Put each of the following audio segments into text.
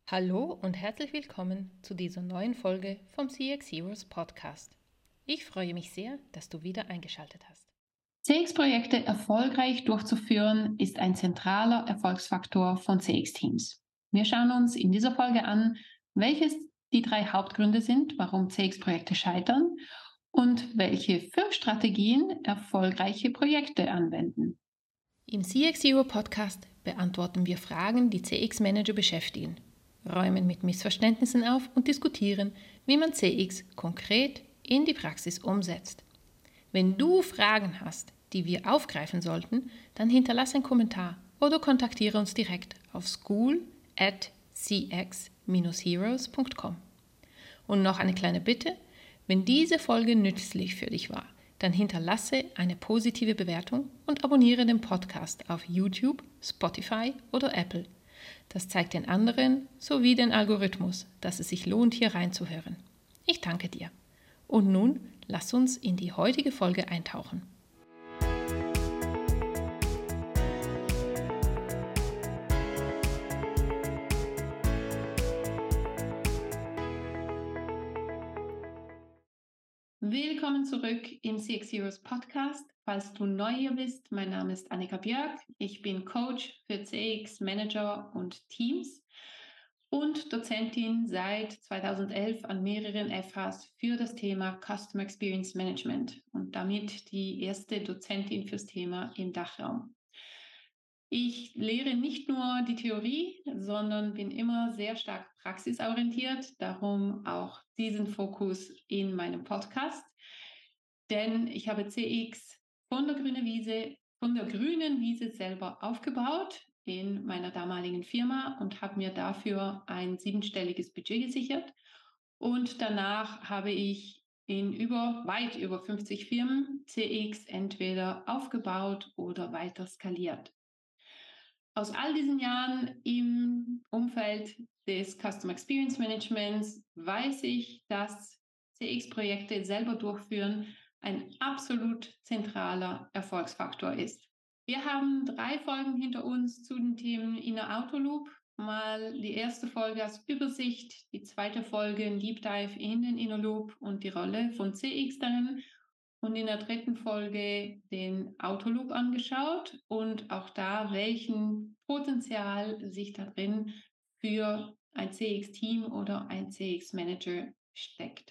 Hallo und herzlich willkommen zu dieser neuen Folge vom CX Heroes Podcast. Ich freue mich sehr, dass du wieder eingeschaltet hast. CX-Projekte erfolgreich durchzuführen, ist ein zentraler Erfolgsfaktor von CX-Teams. Wir schauen uns in dieser Folge an, welches die 3 Hauptgründe sind, warum CX-Projekte scheitern und welche 5 Strategien erfolgreiche Projekte anwenden. Im CX Hero Podcast beantworten wir Fragen, die CX-Manager beschäftigen, räumen mit Missverständnissen auf und diskutieren, wie man CX konkret in die Praxis umsetzt. Wenn du Fragen hast, die wir aufgreifen sollten, dann hinterlass einen Kommentar oder kontaktiere uns direkt auf school@cx-heroes.com. Und noch eine kleine Bitte, wenn diese Folge nützlich für dich war, dann hinterlasse eine positive Bewertung und abonniere den Podcast auf YouTube, Spotify oder Apple. Das zeigt den anderen sowie den Algorithmus, dass es sich lohnt, hier reinzuhören. Ich danke dir. Und nun lass uns in die heutige Folge eintauchen. Willkommen zurück im CX Heroes Podcast. Falls du neu hier bist, mein Name ist Annika Björk. Ich bin Coach für CX Manager und Teams und Dozentin seit 2011 an mehreren FHs für das Thema Customer Experience Management und damit die erste Dozentin fürs Thema im Dachraum. Ich lehre nicht nur die Theorie, sondern bin immer sehr stark praxisorientiert, darum auch diesen Fokus in meinem Podcast. Denn ich habe CX von der grünen Wiese selber aufgebaut in meiner damaligen Firma und habe mir dafür ein 7-stelliges Budget gesichert. Und danach habe ich in weit über 50 Firmen CX entweder aufgebaut oder weiter skaliert. Aus all diesen Jahren im Umfeld des Customer Experience Managements weiß ich, dass CX-Projekte selber durchführen ein absolut zentraler Erfolgsfaktor ist. Wir haben 3 Folgen hinter uns zu den Themen Inner Outer Loop. Mal die erste Folge als Übersicht, die zweite Folge ein Deep Dive in den Inner Loop und die Rolle von CX darin. Und in der 3. Folge den Autoloop angeschaut und auch da, welchen Potenzial sich da drin für ein CX-Team oder ein CX-Manager steckt.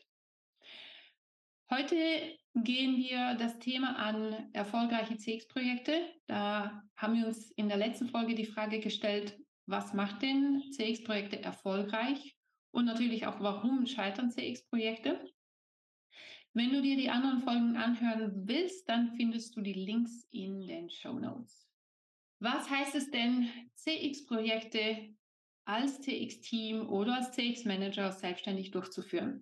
Heute gehen wir das Thema an erfolgreiche CX-Projekte. Da haben wir uns in der letzten Folge die Frage gestellt, was macht denn CX-Projekte erfolgreich? Und natürlich auch, warum scheitern CX-Projekte? Wenn du dir die anderen Folgen anhören willst, dann findest du die Links in den Shownotes. Was heißt es denn, CX-Projekte als CX-Team oder als CX-Manager selbstständig durchzuführen?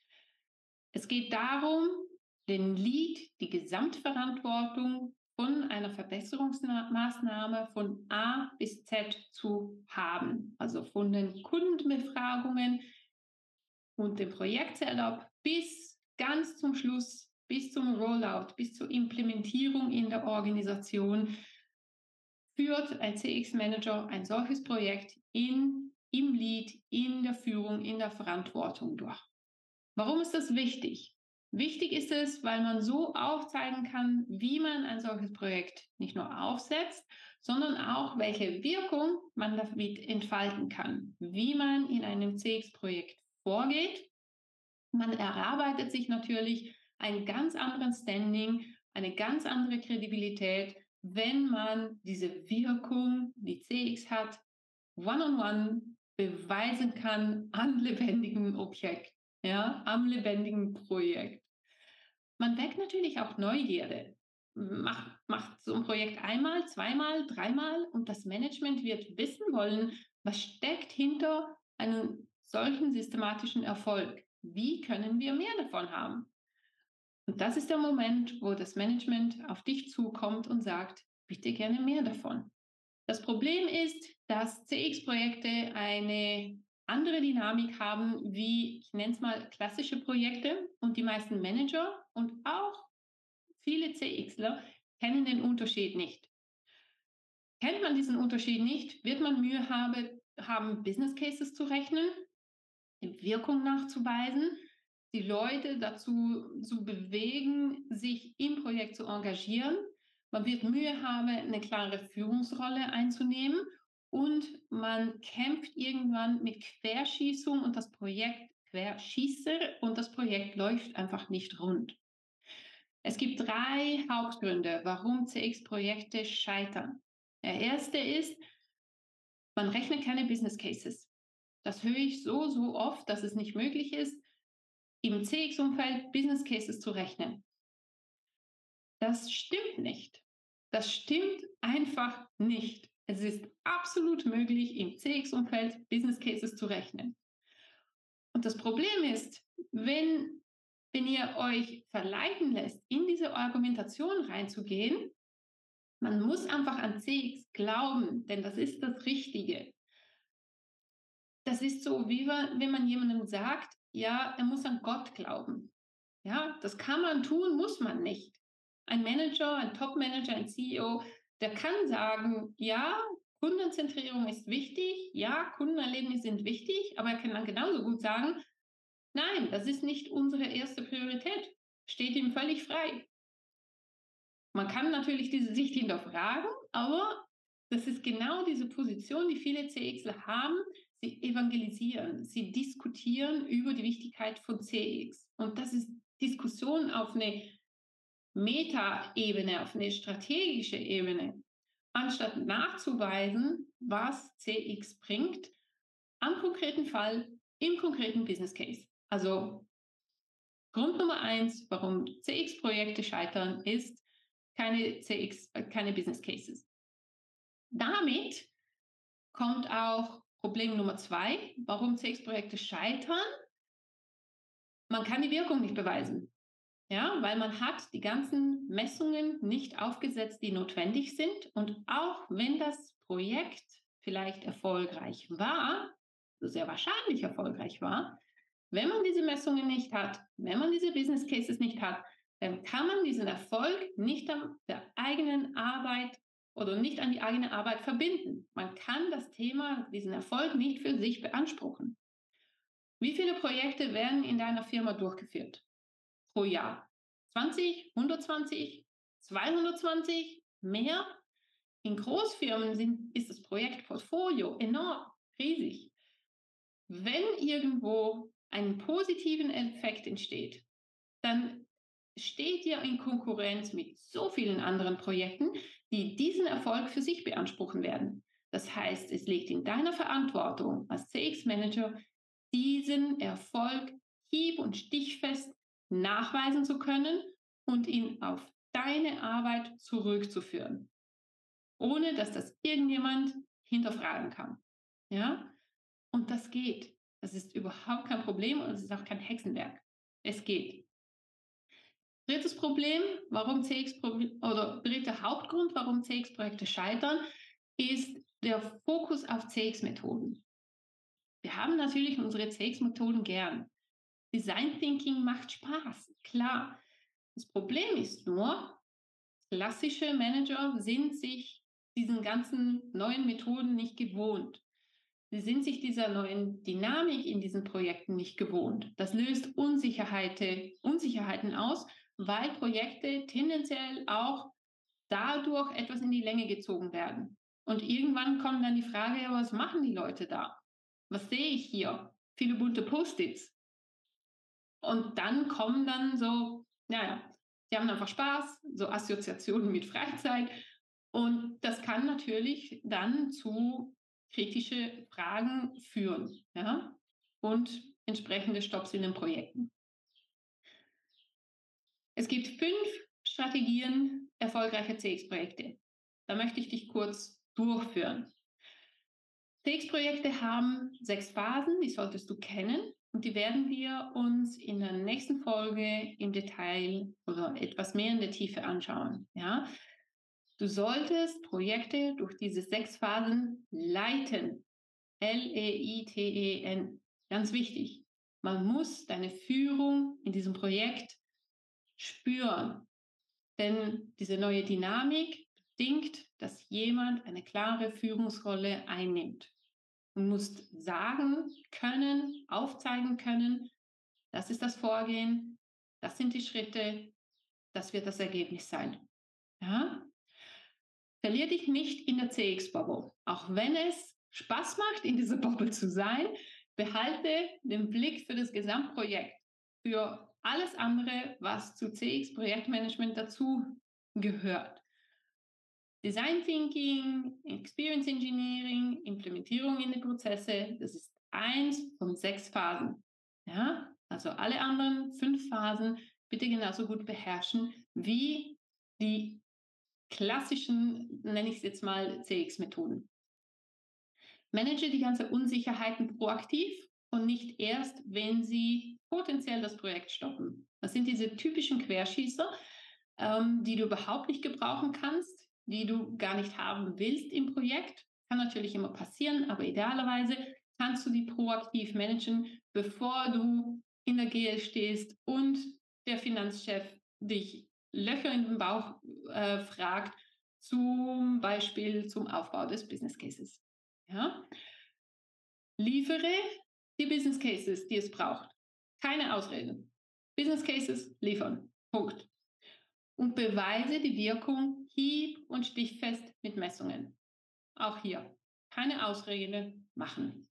Es geht darum, den Lead, die Gesamtverantwortung von einer Verbesserungsmaßnahme von A bis Z zu haben. Also von den Kundenbefragungen und dem Projekt-Setup bis ganz zum Schluss, bis zum Rollout, bis zur Implementierung in der Organisation, führt ein CX-Manager ein solches Projekt im Lead, in der Führung, in der Verantwortung durch. Warum ist das wichtig? Wichtig ist es, weil man so aufzeigen kann, wie man ein solches Projekt nicht nur aufsetzt, sondern auch, welche Wirkung man damit entfalten kann, wie man in einem CX-Projekt vorgeht. Man erarbeitet sich natürlich einen ganz anderen Standing, eine ganz andere Kredibilität, wenn man diese Wirkung, die CX hat, one-on-one beweisen kann am lebendigen Objekt, ja, am lebendigen Projekt. Man weckt natürlich auch Neugierde. Macht so ein Projekt einmal, zweimal, dreimal und das Management wird wissen wollen, was steckt hinter einem solchen systematischen Erfolg. Wie können wir mehr davon haben? Und das ist der Moment, wo das Management auf dich zukommt und sagt, bitte gerne mehr davon. Das Problem ist, dass CX-Projekte eine andere Dynamik haben wie, ich nenne es mal, klassische Projekte und die meisten Manager und auch viele CXler kennen den Unterschied nicht. Kennt man diesen Unterschied nicht, wird man Mühe haben, haben Business Cases zu rechnen, die Wirkung nachzuweisen, die Leute dazu zu bewegen, sich im Projekt zu engagieren. Man wird Mühe haben, eine klare Führungsrolle einzunehmen und man kämpft irgendwann mit Querschießung und das Projekt Querschießer und das Projekt läuft einfach nicht rund. Es gibt 3 Hauptgründe, warum CX-Projekte scheitern. Der erste ist, man rechnet keine Business Cases. Das höre ich so oft, dass es nicht möglich ist, im CX-Umfeld Business Cases zu rechnen. Das stimmt nicht. Das stimmt einfach nicht. Es ist absolut möglich, im CX-Umfeld Business Cases zu rechnen. Und das Problem ist, wenn ihr euch verleiten lässt, in diese Argumentation reinzugehen, man muss einfach an CX glauben, denn das ist das Richtige. Das ist so, wie wenn man jemandem sagt, ja, er muss an Gott glauben. Ja, das kann man tun, muss man nicht. Ein Manager, ein Top-Manager, ein CEO, der kann sagen, ja, Kundenzentrierung ist wichtig, ja, Kundenerlebnisse sind wichtig, aber er kann dann genauso gut sagen, nein, das ist nicht unsere erste Priorität. Steht ihm völlig frei. Man kann natürlich diese Sicht hinterfragen, aber das ist genau diese Position, die viele CXler haben. Sie evangelisieren, sie diskutieren über die Wichtigkeit von CX. Und das ist Diskussion auf eine Meta-Ebene, auf eine strategische Ebene, anstatt nachzuweisen, was CX bringt, am konkreten Fall, im konkreten Business Case. Also Grund Nummer 1, warum CX-Projekte scheitern, ist keine Business Cases. Damit kommt auch Problem Nummer 2, warum CX-Projekte scheitern. Man kann die Wirkung nicht beweisen. Ja, weil man hat die ganzen Messungen nicht aufgesetzt, die notwendig sind. Und auch wenn das Projekt vielleicht erfolgreich war, sehr wahrscheinlich erfolgreich war, wenn man diese Messungen nicht hat, wenn man diese Business Cases nicht hat, dann kann man diesen Erfolg nicht an der eigenen Arbeit oder nicht an die eigene Arbeit verbinden. Man kann das Thema, diesen Erfolg nicht für sich beanspruchen. Wie viele Projekte werden in deiner Firma durchgeführt pro Jahr? 20, 120, 220, mehr? In Großfirmen ist das Projektportfolio enorm, riesig. Wenn irgendwo ein positiven Effekt entsteht, dann steht ihr in Konkurrenz mit so vielen anderen Projekten, die diesen Erfolg für sich beanspruchen werden. Das heißt, es liegt in deiner Verantwortung als CX-Manager, diesen Erfolg hieb- und stichfest nachweisen zu können und ihn auf deine Arbeit zurückzuführen, ohne dass das irgendjemand hinterfragen kann. Ja? Und das geht. Das ist überhaupt kein Problem und es ist auch kein Hexenwerk. Es geht. Drittes Problem, dritter Hauptgrund, warum CX-Projekte scheitern, ist der Fokus auf CX-Methoden. Wir haben natürlich unsere CX-Methoden gern. Design Thinking macht Spaß, klar. Das Problem ist nur, klassische Manager sind sich diesen ganzen neuen Methoden nicht gewohnt. Sie sind sich dieser neuen Dynamik in diesen Projekten nicht gewohnt. Das löst Unsicherheiten aus, weil Projekte tendenziell auch dadurch etwas in die Länge gezogen werden. Und irgendwann kommt dann die Frage, ja, was machen die Leute da? Was sehe ich hier? Viele bunte Post-its. Und dann kommen dann so, naja, sie haben einfach Spaß, so Assoziationen mit Freizeit. Und das kann natürlich dann zu kritische Fragen führen, ja, und entsprechende Stopps in den Projekten. Es gibt 5 Strategien erfolgreicher CX-Projekte. Da möchte ich dich kurz durchführen. CX-Projekte haben 6 Phasen, die solltest du kennen und die werden wir uns in der nächsten Folge im Detail oder etwas mehr in der Tiefe anschauen. Ja? Du solltest Projekte durch diese 6 Phasen leiten. Leiten. Ganz wichtig. Man muss deine Führung in diesem Projekt spüren. Denn diese neue Dynamik bedingt, dass jemand eine klare Führungsrolle einnimmt. und musst sagen können, aufzeigen können, das ist das Vorgehen, das sind die Schritte, das wird das Ergebnis sein. Ja? Verlier dich nicht in der CX-Bubble. Auch wenn es Spaß macht, in dieser Bubble zu sein, behalte den Blick für das Gesamtprojekt, für alles andere, was zu CX-Projektmanagement dazu gehört. Design Thinking, Experience Engineering, Implementierung in die Prozesse, das ist 1 von 6 Phasen. Ja? Also alle anderen 5 Phasen bitte genauso gut beherrschen wie die klassischen, nenne ich es jetzt mal, CX-Methoden. Manage die ganzen Unsicherheiten proaktiv und nicht erst, wenn sie potenziell das Projekt stoppen. Das sind diese typischen Querschießer, die du überhaupt nicht gebrauchen kannst, die du gar nicht haben willst im Projekt. Kann natürlich immer passieren, aber idealerweise kannst du die proaktiv managen, bevor du in der GL stehst und der Finanzchef dich Löcher in den Bauch fragt, zum Beispiel zum Aufbau des Business Cases. Ja? Liefere die Business Cases, die es braucht. Keine Ausreden. Business Cases liefern. Punkt. Und beweise die Wirkung hieb- und stichfest mit Messungen. Auch hier. Keine Ausrede machen.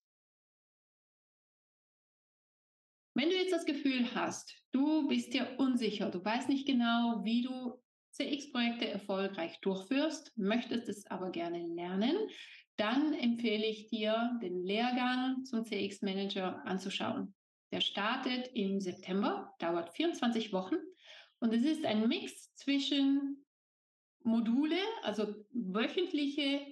Wenn du jetzt das Gefühl hast, du bist dir unsicher, du weißt nicht genau, wie du CX-Projekte erfolgreich durchführst, möchtest es aber gerne lernen, dann empfehle ich dir, den Lehrgang zum CX-Manager anzuschauen. Der startet im September, dauert 24 Wochen und es ist ein Mix zwischen Module, also wöchentliche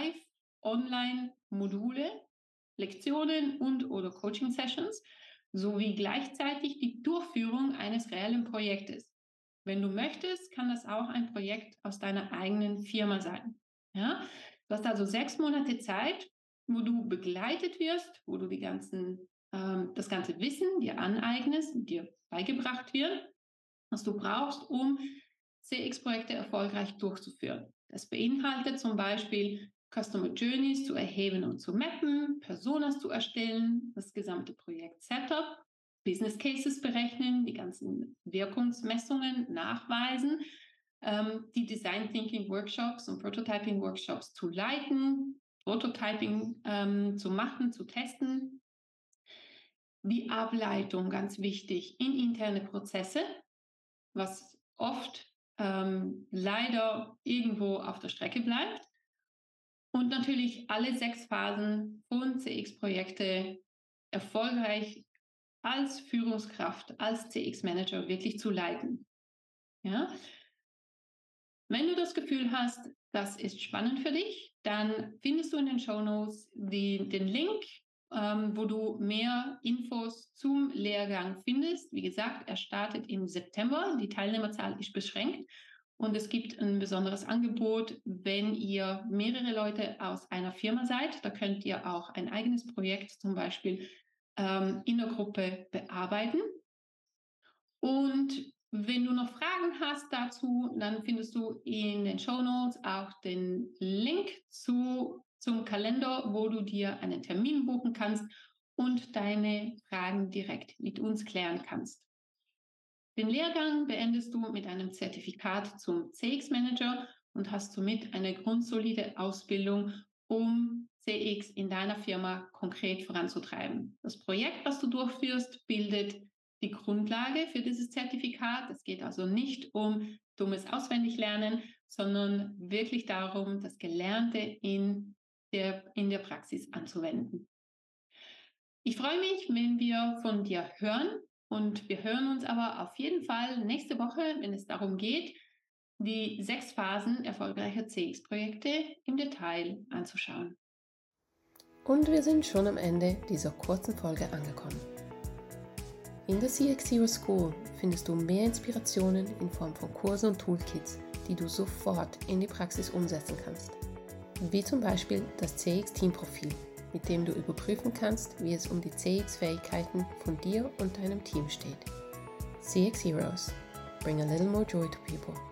Live-Online-Module, Lektionen und/oder Coaching-Sessions, sowie gleichzeitig die Durchführung eines reellen Projektes. Wenn du möchtest, kann das auch ein Projekt aus deiner eigenen Firma sein. Ja? Du hast also 6 Monate Zeit, wo du begleitet wirst, wo du das ganze Wissen dir aneignest, dir beigebracht wird, was du brauchst, um CX-Projekte erfolgreich durchzuführen. Das beinhaltet zum Beispiel Customer Journeys zu erheben und zu mappen, Personas zu erstellen, das gesamte Projekt Setup, Business Cases berechnen, die ganzen Wirkungsmessungen nachweisen, die Design Thinking Workshops und Prototyping Workshops zu leiten, Prototyping zu machen, zu testen. Die Ableitung, ganz wichtig, in interne Prozesse, was oft leider irgendwo auf der Strecke bleibt. Und natürlich alle 6 Phasen von CX-Projekte erfolgreich als Führungskraft, als CX-Manager wirklich zu leiten. Ja? Wenn du das Gefühl hast, das ist spannend für dich, dann findest du in den Shownotes den Link, wo du mehr Infos zum Lehrgang findest. Wie gesagt, er startet im September. Die Teilnehmerzahl ist beschränkt. Und es gibt ein besonderes Angebot, wenn ihr mehrere Leute aus einer Firma seid. Da könnt ihr auch ein eigenes Projekt zum Beispiel in der Gruppe bearbeiten. Und wenn du noch Fragen hast dazu, dann findest du in den Shownotes auch den Link zum Kalender, wo du dir einen Termin buchen kannst und deine Fragen direkt mit uns klären kannst. Den Lehrgang beendest du mit einem Zertifikat zum CX-Manager und hast somit eine grundsolide Ausbildung, um CX in deiner Firma konkret voranzutreiben. Das Projekt, was du durchführst, bildet die Grundlage für dieses Zertifikat. Es geht also nicht um dummes Auswendiglernen, sondern wirklich darum, das Gelernte in der Praxis anzuwenden. Ich freue mich, wenn wir von dir hören. Und wir hören uns aber auf jeden Fall nächste Woche, wenn es darum geht, die 6 Phasen erfolgreicher CX-Projekte im Detail anzuschauen. Und wir sind schon am Ende dieser kurzen Folge angekommen. In der CX Heroes School findest du mehr Inspirationen in Form von Kursen und Toolkits, die du sofort in die Praxis umsetzen kannst. Wie zum Beispiel das CX-Team-Profil, mit dem du überprüfen kannst, wie es um die CX-Fähigkeiten von dir und deinem Team steht. CX Heroes. Bring a little more joy to people.